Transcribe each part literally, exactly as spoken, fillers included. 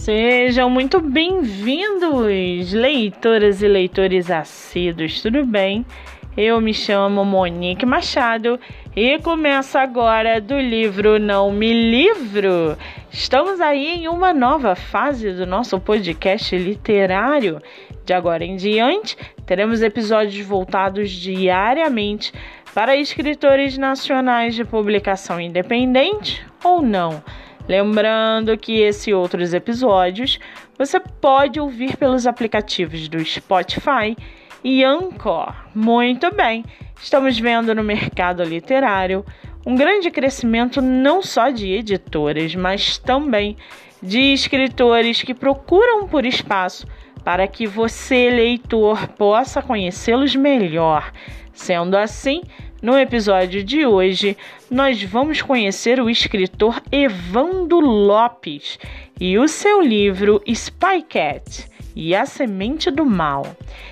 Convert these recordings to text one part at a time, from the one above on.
Sejam muito bem-vindos, leitoras e leitores assíduos, tudo bem? Eu me chamo Monique Machado e começo agora do livro Não Me Livro. Estamos aí em uma nova fase do nosso podcast literário. De agora em diante, teremos episódios voltados diariamente para escritores nacionais de publicação independente ou não. Lembrando que esses e outros episódios você pode ouvir pelos aplicativos do Spotify e Anchor. Muito bem, estamos vendo no mercado literário um grande crescimento não só de editoras, mas também de escritores que procuram por espaço para que você, leitor, possa conhecê-los melhor. Sendo assim, no episódio de hoje, nós vamos conhecer o escritor Evandro Lopes e o seu livro Spy Cat e a Semente do Mal.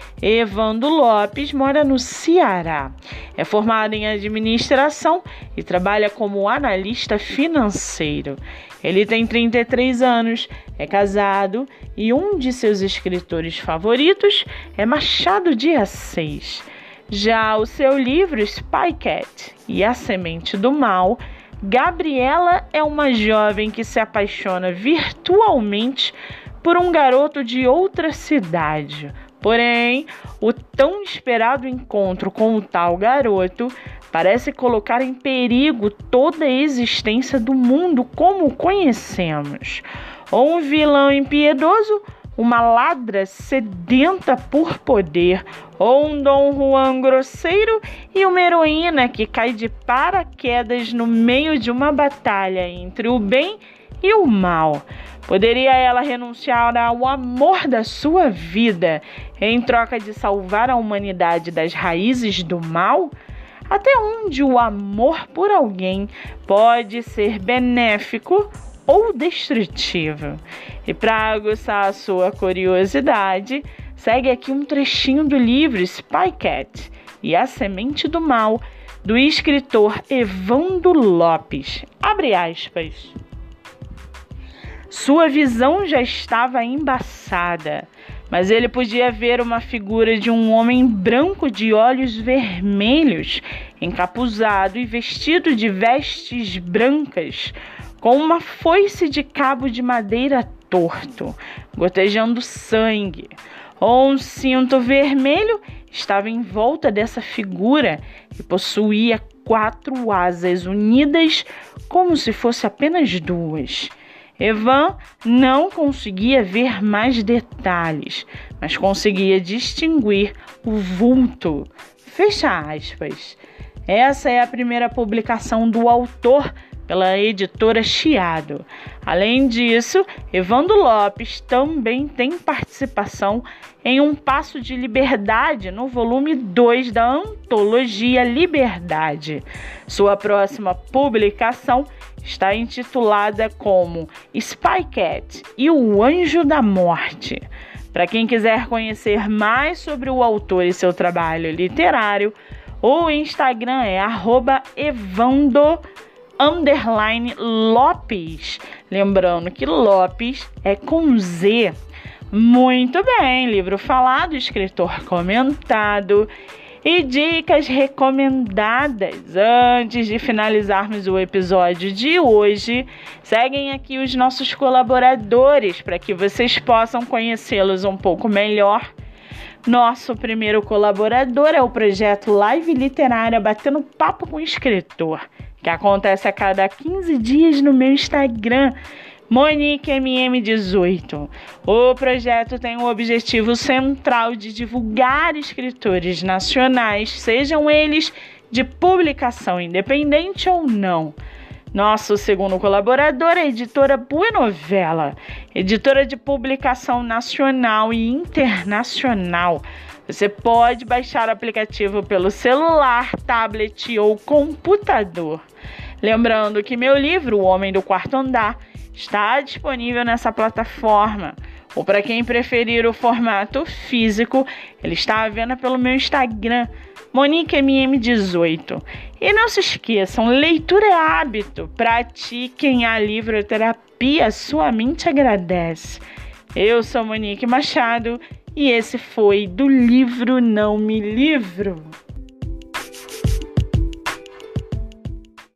Evandro Lopes mora no Ceará, é formado em administração e trabalha como analista financeiro. Ele tem trinta e três anos, é casado e um de seus escritores favoritos é Machado de Assis. Já o seu livro Spy Cat e a Semente do Mal, Gabriela é uma jovem que se apaixona virtualmente por um garoto de outra cidade. Porém, o tão esperado encontro com o tal garoto parece colocar em perigo toda a existência do mundo como o conhecemos. Ou um vilão impiedoso, uma ladra sedenta por poder, ou um Dom Juan grosseiro e uma heroína que cai de paraquedas no meio de uma batalha entre o bem e o mal. Poderia ela renunciar ao amor da sua vida em troca de salvar a humanidade das raízes do mal? Até onde o amor por alguém pode ser benéfico ou destrutivo? E para aguçar a sua curiosidade, segue aqui um trechinho do livro Spy Cat e a Semente do Mal, do escritor Evandro Lopes. Abre aspas. Sua visão já estava embaçada, mas ele podia ver uma figura de um homem branco de olhos vermelhos, encapuzado e vestido de vestes brancas, com uma foice de cabo de madeira torto, gotejando sangue. Um cinto vermelho estava em volta dessa figura e possuía quatro asas unidas como se fosse apenas duas. Evan não conseguia ver mais detalhes, mas conseguia distinguir o vulto. Fecha aspas. Essa é a primeira publicação do autor pela editora Chiado. Além disso, Evandro Lopes também tem participação em Um Passo de Liberdade no volume dois da antologia Liberdade. Sua próxima publicação está intitulada como Spy Cat e o Anjo da Morte. Para quem quiser conhecer mais sobre o autor e seu trabalho literário, o Instagram é arroba evando underline Lopes. Lembrando que Lopes é com Z. Muito bem, livro falado, escritor comentado e dicas recomendadas. Antes de finalizarmos o episódio de hoje, seguem aqui os nossos colaboradores para que vocês possam conhecê-los um pouco melhor. Nosso primeiro colaborador é o projeto Live Literária Batendo Papo com o Escritor, que acontece a cada quinze dias no meu Instagram, Monique M M dezoito. O projeto tem o objetivo central de divulgar escritores nacionais, sejam eles de publicação independente ou não. Nosso segundo colaborador é a editora Buenovela, editora de publicação nacional e internacional. Você pode baixar o aplicativo pelo celular, tablet ou computador. Lembrando que meu livro, O Homem do Quarto Andar, está disponível nessa plataforma. Ou para quem preferir o formato físico, ele está à venda pelo meu Instagram, Monique M M dezoito. E não se esqueçam, leitura é hábito. Pratiquem a livroterapia, sua mente agradece. Eu sou Monique Machado e esse foi do livro Não Me Livro.